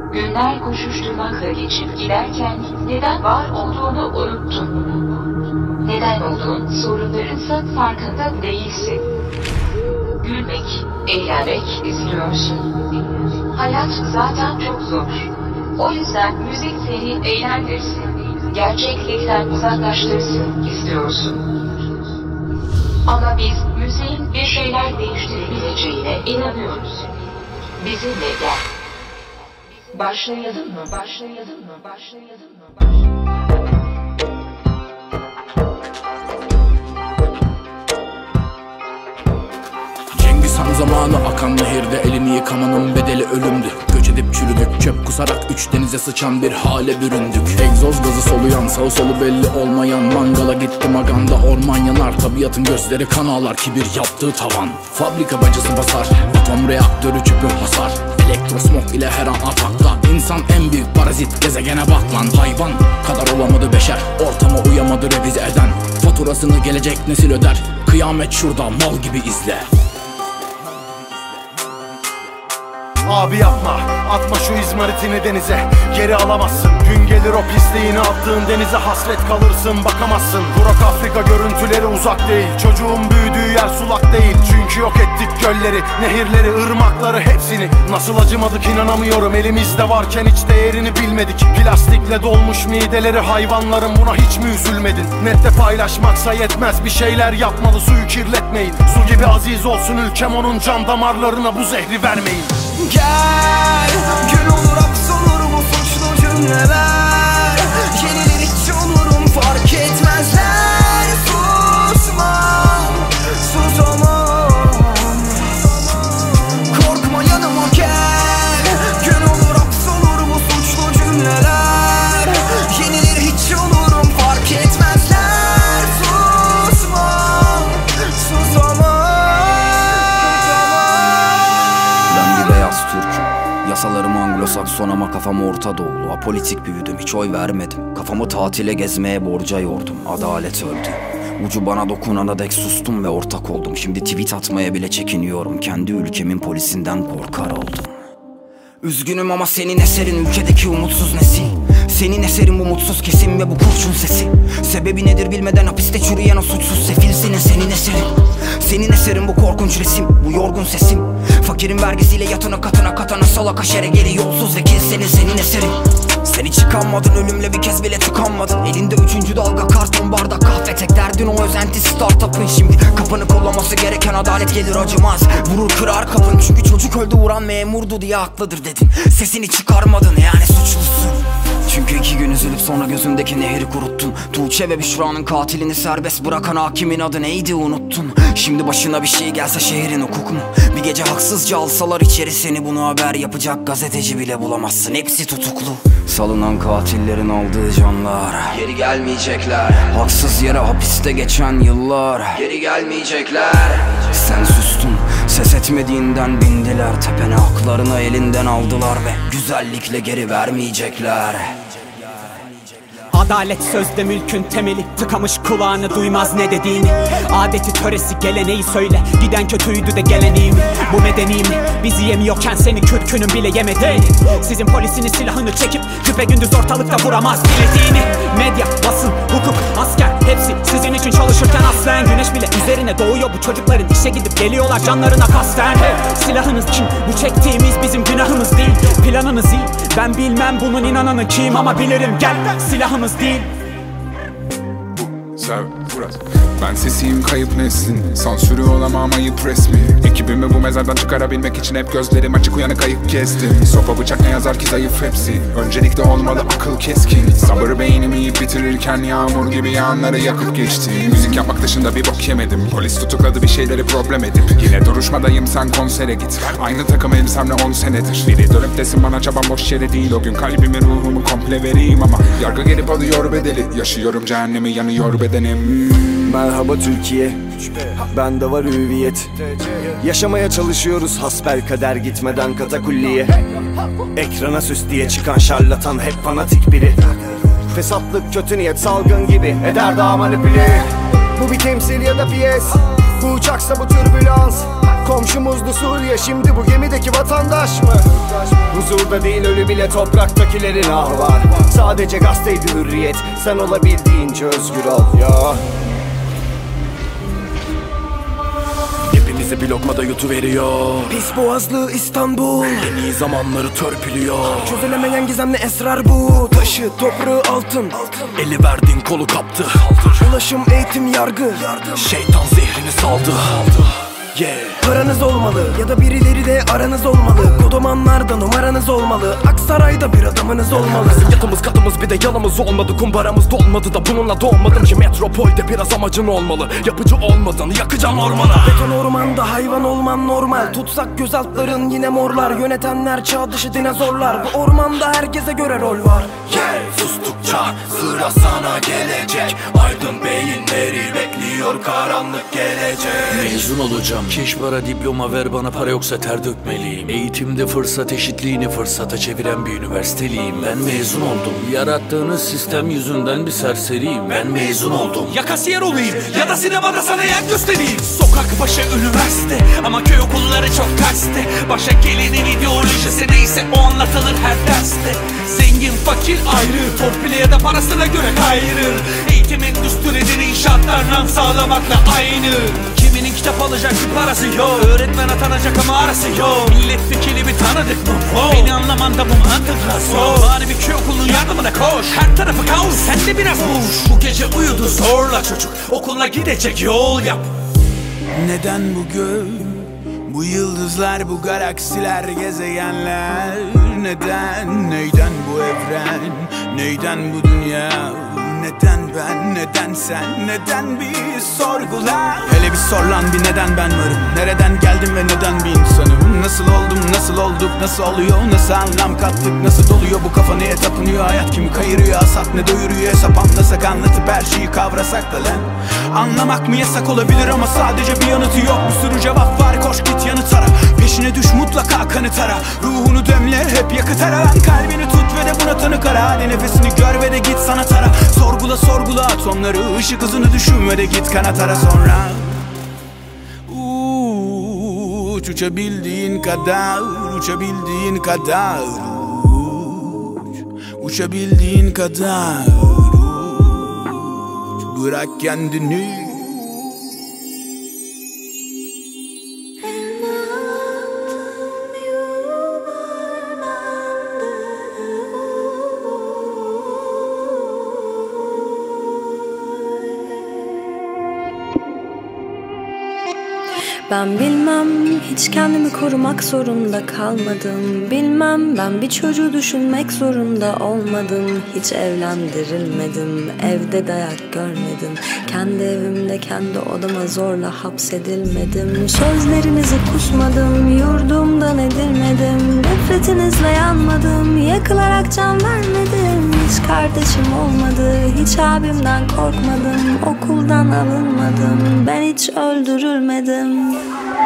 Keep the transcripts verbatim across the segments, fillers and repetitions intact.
Günler koşuşturmakla geçip giderken neden var olduğunu unuttun. Neden olduğun sorunlarınsa farkında değilsin. Gülmek, eğlenmek istiyorsun. Hayat zaten çok zor. O yüzden müzik seni eğlendirsin, gerçeklikten uzaklaştırsın istiyorsun. Ama biz müziğin bir şeyler değiştirebileceğine inanıyoruz. Bizimle gel. Başlayalım mı? Başlayalım mı? Başlayalım mı? Başlayalım mı? Tam zamanı akan nehirde elini yıkamanın bedeli ölümdü. Göç edip çürüdük, çöp kusarak üç denize sıçan bir hale büründük. Egzoz gazı soluyan, sağı solu belli olmayan. Mangala gittim aganda, orman yanar. Tabiatın gözleri kan ağlar, kibir yaptığı tavan. Fabrika bacası basar, atom reaktörü çöpü hasar. Elektrosmog ile her an atakta. İnsan en büyük parazit, gezegene bak lan. Hayvan kadar olamadı beşer, ortama uyamadı revize eden. Faturasını gelecek nesil öder. Kıyamet şurada, mal gibi izle. Abi yapma, atma şu izmaritini denize. Geri alamazsın, gün gelir o pisliğini attığın denize hasret kalırsın, bakamazsın. Burak Afrika görüntüleri uzak değil, çocuğun büyüdüğü yer sulak değil. Çünkü yok ettik gölleri, nehirleri, ırmakları hepsini. Nasıl acımadık inanamıyorum, elimizde varken hiç değerini bilmedik. Plastikle dolmuş mideleri hayvanların, buna hiç mi üzülmedin? Nette paylaşmaksa yetmez, bir şeyler yapmalı, suyu kirletmeyin. Su gibi aziz olsun ülkem, onun can damarlarına bu zehri vermeyin. Gel, gün olur hapis olur bu suçlu cümleler. Yenilir hiç olurum fark etmezler. Susmam, susamam. Korkma yanıma gel. Gün olur hapis olur bu suçlu cümleler. Yenilir hiç olurum fark etmezler. Susmam, susamam. Yasalarım Anglo-Sakson ama kafam Orta Doğulu. Apolitik büyüdüm, hiç oy vermedim. Kafamı tatile gezmeye borca yordum. Adalet öldü. Ucu bana dokunana dek sustum ve ortak oldum. Şimdi tweet atmaya bile çekiniyorum. Kendi ülkemin polisinden korkar oldum. Üzgünüm ama senin eserin ülkedeki umutsuz nesil. Senin eserin bu mutsuz kesim ve bu kurşun sesi. Sebebi nedir bilmeden hapiste çürüyen o suçsuz sefil. Senin senin eserin. Senin eserin bu korkunç resim, bu yorgun sesim. Fakirin vergisiyle yatına katına katana salak aşere geri yolsuz vekil. Senin senin eserin. Sen hiç yıkanmadın, ölümle bir kez bile tıkanmadın. Elinde üçüncü dalga karton bardak kahve, tek derdin o özenti startup'ın. Şimdi kapını kollaması gereken adalet gelir acımaz. Vurur kırar kapın, çünkü çocuk öldü vuran memurdu diye haklıdır dedin. Sesini çıkarmadın, yani suçlusun. Çünkü iki gün üzülüp sonra gözündeki nehri kuruttun. Tuğçe ve Büşra'nın katilini serbest bırakan hakimin adı neydi unuttun. Şimdi başına bir şey gelse şehrin hukuk mu? Bir gece haksızca alsalar içeri seni, bunu haber yapacak gazeteci bile bulamazsın. Hepsi tutuklu. Salınan katillerin aldığı canlar geri gelmeyecekler. Haksız yere hapiste geçen yıllar geri gelmeyecekler. Sen sustun, ses etmediğinden bindiler tepene. Haklarını elinden aldılar ve güzellikle geri vermeyecekler. Adalet sözde mülkün temeli, tıkamış kulağını duymaz ne dediğini. Adeti töresi geleneği söyle, giden kötüydü de geleneği mi? Bu medeni mi? Bizi yemiyorken seni kürkünün bile yemediğini. Sizin polisiniz silahını çekip küpe gündüz ortalıkta vuramaz dilediğini. Medya, basın, hukuk, asker hepsi sizin için çalışırken aslen. Güneş bile üzerine doğuyor bu çocukların, işe gidip geliyorlar canlarına kasten. Hey, silahınız kim? Bu çektiğimiz bizim günahımız değil. Planınız iyi, ben bilmem bunun inananı kim, ama bilirim gel silahımız değil. Sen burası. Ben sesiyim kayıp neslin, sansürü olamam ayıp resmi. Ekibimi bu mezardan çıkarabilmek için hep gözlerim açık uyanık ayıp kestim. Sopa bıçak ne yazar ki zayıf hepsi. Öncelikle olmalı akıl keskin. Sabır beynimi yiyip bitirirken yağmur gibi yağanları yakıp geçti. Müzik yapmak dışında bir bok yemedim. Polis tutukladı bir şeyleri problem edip. Yine duruşmadayım, sen konsere git. Aynı takım elbisemle on senedir. Biri dönüp desin bana çabam boş yere değil. O gün kalbimi ruhumu komple vereyim ama yargı gelip alıyor bedeli. Yaşıyorum cehennemi, yanıyor bedenim. Merhaba Türkiye, bende var hüviyet. Yaşamaya çalışıyoruz hasbelkader, gitmeden katakulliye. Ekrana süs diye çıkan şarlatan hep fanatik biri. Fesatlık kötü niyet salgın gibi eder daha manipüle. Bu bir temsil ya da piyes, bu uçaksa bu türbülans. Komşumuzdu Suriye, şimdi bu gemideki vatandaş mı? Huzurda değil ölü bile topraktakilerin ahı var. Sadece gazeteydi hürriyet, sen olabildiğince özgür ol ya. Hepimizi bir lokmada yutuveriyor. Pis boğazlı İstanbul En iyi zamanları törpülüyor. Çözülemeyen gizemli esrar bu. Taşı, toprağı, altın, Eli verdin kolu kaptı. ulaşım, eğitim, yargı. Şeytan zehrini saldı. Yeah. Paranız olmalı ya da birileri de aranız olmalı. Kodomanlarda numaranız olmalı. Aksaray'da bir adamınız olmalı. Bizim yatımız katımız bir de yanımız olmadı. Kumbaramız dolmadı da bununla doğmadım ki metropolde biraz amacın olmalı. Yapıcı olmadın yakacaksın ormana. Beton ormanda hayvan olman normal. Tutsak gözaltların yine morlar. Yönetenler çağ dışı dinozorlar. Bu ormanda herkese göre rol var. Yeah. Sustukça sıra sana gelecek. Aydın beyinleri bekliyor karanlık gelecek. Mezun olacağım, keş para diploma ver bana, para yoksa ter dökmeliyim. Eğitimde fırsat eşitliğini fırsata çeviren bir üniversiteliyim. Ben mezun oldum, yarattığınız sistem yüzünden bir serseriyim. Ben mezun oldum, ya kasiyer olayım ya da sinemada sana yer göstereyim. Sokak başı üniversite ama köy okulları çok terste. Başa gelenin ideolojisi neyse o anlatılır her derste. Zengin fakir ayrı, torpile ya da parasına göre kayırır. Eğitim endüstrileri inşaatlarla sağlamakla aynı. Kiminin kitap alacak bir parası yok, öğretmen atanacak ama arası yok. Milletvekili bir tanıdık mı? Wow. Beni anlamanda bu mantık nasıl? Bari bir köy okulunun yardımına koş. Her tarafı kaos, sen de biraz boş. Bu gece uyudu zorla çocuk, okula gidecek yol yap. Neden bu göl, bu yıldızlar, bu galaksiler, gezegenler? Neden, neyden bu evren, neyden bu dünya? Neden ben, neden sen, neden bir sorgula? Hele bir sor lan bir, neden ben varım? Nereden geldim ve neden bir insanım? Nasıl oldum, nasıl olduk, nasıl oluyor? Nasıl anlam kattık, nasıl doluyor bu kafa, neye tapınıyor? Hayat kimi kayırıyor, asat ne doyuruyor? Hesap anlasak, anlatıp her şeyi kavrasak da lan. Anlamak mı yasak olabilir ama sadece bir yanıtı yok. Bir sürü cevap var, koş git yanıt ara. Peşine düş mutlaka kanıt ara. Ruhunu demle hep yakıt ara lan. Kalbini tut ve de buna tanık ara. Hadi nefesini gör ve de git sanat ara. Sorgula sorgula atomları, ışık hızını düşün ve de git kanat ara sonra. Uç, uçabildiğin kadar, uçabildiğin kadar uç, uçabildiğin kadar uç, bırak kendini. Ben bilmem, hiç kendimi korumak zorunda kalmadım. Bilmem, ben bir çocuğu düşünmek zorunda olmadım. Hiç evlendirilmedim, evde dayak görmedim. Kendi evimde, kendi odama zorla hapsedilmedim. Sözlerinizi kusmadım, yurdumdan edilmedim. Nefretinizle yanmadım, yakılarak can vermedim. Hiç kardeşim olmadı, hiç abimden korkmadım. Okuldan alınmadım, ben hiç öldürülmedim.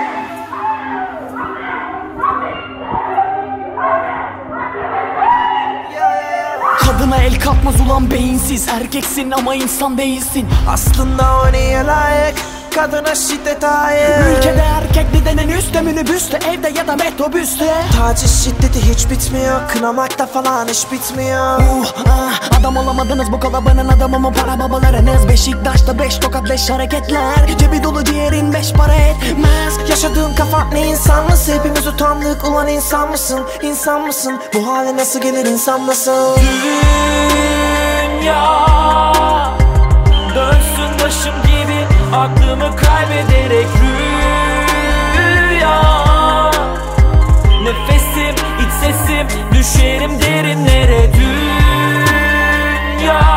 Kadına el kalkmaz ulan beyinsiz. Erkeksin ama insan değilsin. Aslında o niye layık? Kadına şiddet hayır. Ülkede erkekli denen üstte, minibüste, evde ya da metrobüste. Taciz şiddeti hiç bitmiyor, kınamakta falan hiç bitmiyor. uh, ah, Adam olamadınız bu kalabalığın adamı mı para babalarınız? Beşiktaş'ta beş tokat beş hareketler. Cebi dolu diğerin beş para etmez. Yaşadığın kafa ne insan mısın? Hepimiz utandık ulan, insan mısın? İnsan mısın? Bu hale nasıl gelir, insan nasıl? Dünya dönsün başım gibi, aklımı kaybederek rüya. Nefesim, iç sesim, düşerim derinlere. Dünya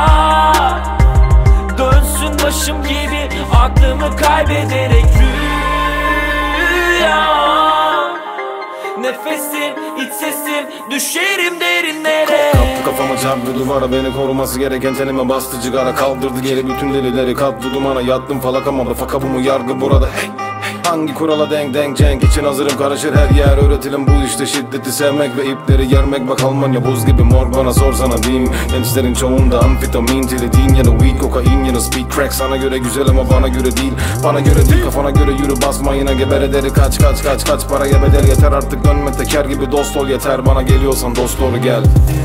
dönsün başım gibi, aklımı kaybederek rüya. Nefesim, iç sesim, düşerim derinlere. Kaptı kafama çarptı duvara, beni koruması gereken tenime bastı cigara. Kaldırdı geri bütün delileri, kattı dumana. Yattım falak ama faka bu mu yargı burada? Hey, hey. Hangi kurala denk denk cenk için hazırım, karışır her yer. Öğretilim bu işte şiddeti sevmek ve ipleri germek. Bak Almanya buz gibi morg, bana sorsana diyeyim. Gençlerin çoğunda amfetamin, tilidin ya da weed, kokain ya da speed crack. Sana göre güzel ama bana göre değil. Bana göre değil, kafana göre yürü, basma yine geber ederi. Kaç kaç kaç kaç paraya bedel yeter artık, dönme teker gibi dost ol yeter. Bana geliyorsan dost doğru gel.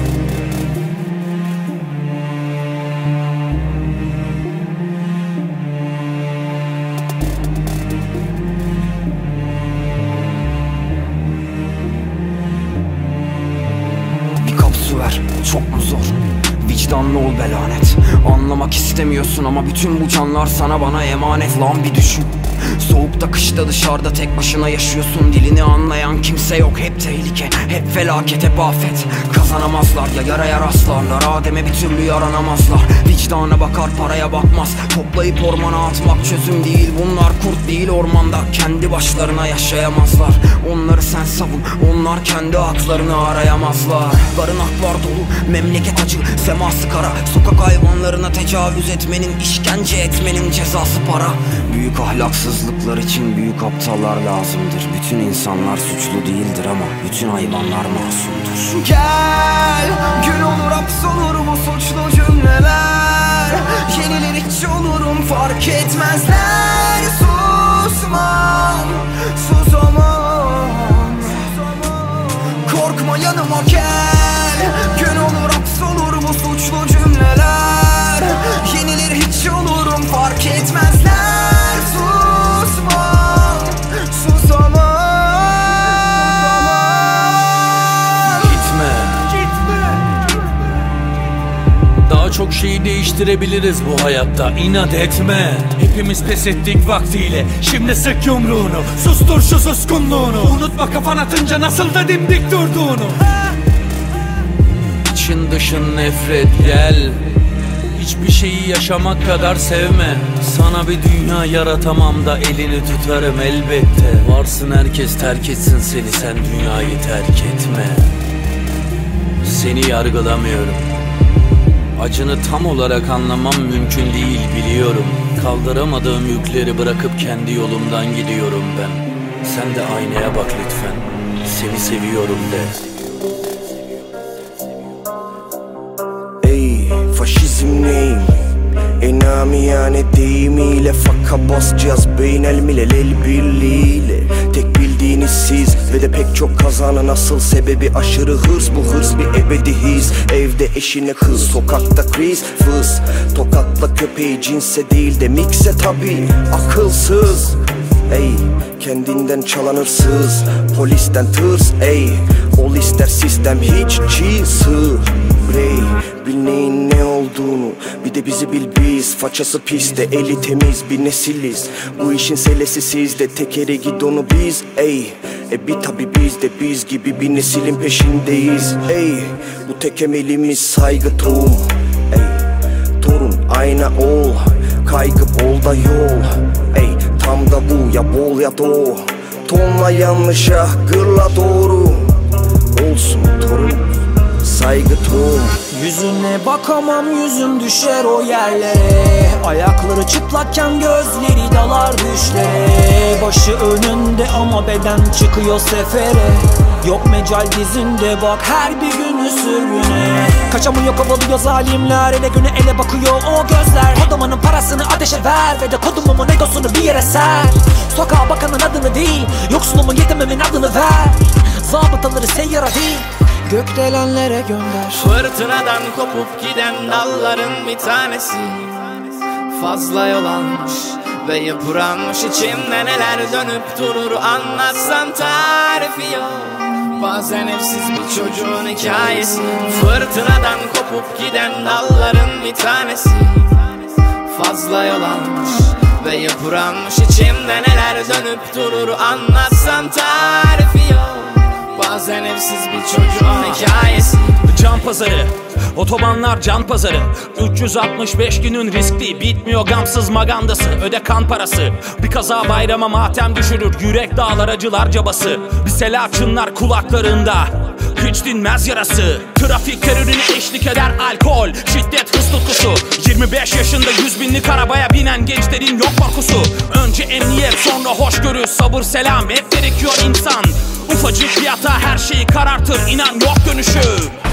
Çok mu zor? Vicdanlı ol be lanet. Anlamak istemiyorsun ama bütün bu canlar sana bana emanet. Lan bir düşün. Soğukta kışta dışarıda tek başına yaşıyorsun. Dilini anlayan kimse yok. Hep tehlike, hep felaket, hep afet. Kazanamazlar ya yaraya rastlarlar. Adem'e bir türlü yaranamazlar. Vicdana bakar paraya bakmaz. Toplayıp ormana atmak çözüm değil. Bunlar kurt değil ormanda. Kendi başlarına yaşayamazlar. Onları sen savun. Onlar kendi haklarını arayamazlar. Barınaklar dolu, memleket acı, seması kara. Sokak hayvanlarına tecavüz etmenin, işkence etmenin cezası para. Büyük ahlaksızlıklar için büyük aptallar lazımdır. Bütün insanlar suçlu değildir ama bütün hayvanlar masumdur. Gel, gün olur hapsolur bu suçlu cümleler. Yenilir hiç olurum fark etmezler. Susmam, susamam. Korkma yanıma gel. Gün olur hapsolur bu suçlu cümleler. Yenilir hiç olurum fark etmezler. Susmam, susamam. Gitme, gitme. Daha çok şeyi değiştirebiliriz bu hayatta, inat etme. Hepimiz pes ettik vaktiyle, şimdi sık yumruğunu. Sustur şu suskunluğunu. Unutma kafan atınca nasıl da dimdik durduğunu. İçin dışın nefret gel. Hiçbir şeyi yaşamak kadar sevme. Sana bir dünya yaratamam da elini tutarım elbette. Varsın herkes terk etsin seni, sen dünyayı terk etme. Seni yargılamıyorum. Acını tam olarak anlamam mümkün değil biliyorum. Kaldıramadığım yükleri bırakıp kendi yolumdan gidiyorum ben. Sen de aynaya bak lütfen. Seni seviyorum de. Ey faşizm neyim? Enamiyane deyimiyle faka basacağız beynel milel el birliğiyle. Tek bildiğiniz siz ve de pek çok kazanın asıl sebebi aşırı hırs. Bu hırs bir ebedi his. Evde eşine kız, sokakta kriz fız. Tokatla köpeği cinse değil de mikse tabi akılsız. Ey kendinden çalan hırsız, polisten tırs ey. Ol ister sistem hiç çiğ sığ. Rey bil neyin ne olduğunu, bir de bizi bil biz. Façası piste eli temiz bir nesiliz. Bu işin selesi sizde, tekeri gidonu biz ey. E bir tabi biz de biz gibi bir neslin peşindeyiz ey. Bu tek emelimiz saygı tohum ey. Torun ayna ol, kaygı bol da yol ey. Tam da bu ya bol ya doğu. Tonla yanlışa gırla doğru. Olsun torun saygı tohum. Yüzüne bakamam yüzüm düşer o yerlere. Ayakları çıplakken gözleri dalar düşlere. Başı önünde ama beden çıkıyor sefere. Yok mecal dizinde bak her bir günü sürgüne. Kaçamıyor kovalıyor zalimler, ele güne ele bakıyor o gözler. Kodumanın parasını ateşe ver ve de kodumumun egosunu bir yere ser. Sokağa bakanın adını değil, yoksulumun yetimemin adını ver. Zabıtaları seyyara değil, gökdelenlere gönder. Fırtınadan kopup giden dalların bir tanesi fazla yol almış ve yıpranmış. İçimde neler dönüp durur anlatsam tarifi yok. Bazen evsiz bir çocuğun hikayesi. Fırtınadan kopup giden dalların bir tanesi fazla yol almış ve yıpranmış. İçimde neler dönüp durur anlatsam tarifi yok. Bazen evsiz bir çocuğun hikayesi. Can pazarı, otobanlar can pazarı. üç yüz altmış beş günün riskli, bitmiyor gamsız magandası. Öde kan parası, bir kaza bayrama matem düşürür. Yürek dağlar acılar cabası, bir sela çınlar kulaklarında. Hiç dinmez yarası. Trafik terörüne eşlik eder alkol, şiddet hız tutkusu. Yirmi beş yaşında yüz binlik arabaya binen gençlerin yok korkusu. Önce emniyet sonra hoşgörü, sabır, selam hep gerekiyor insan. Ufacık bir hata her şeyi karartır, inan yok dönüşü.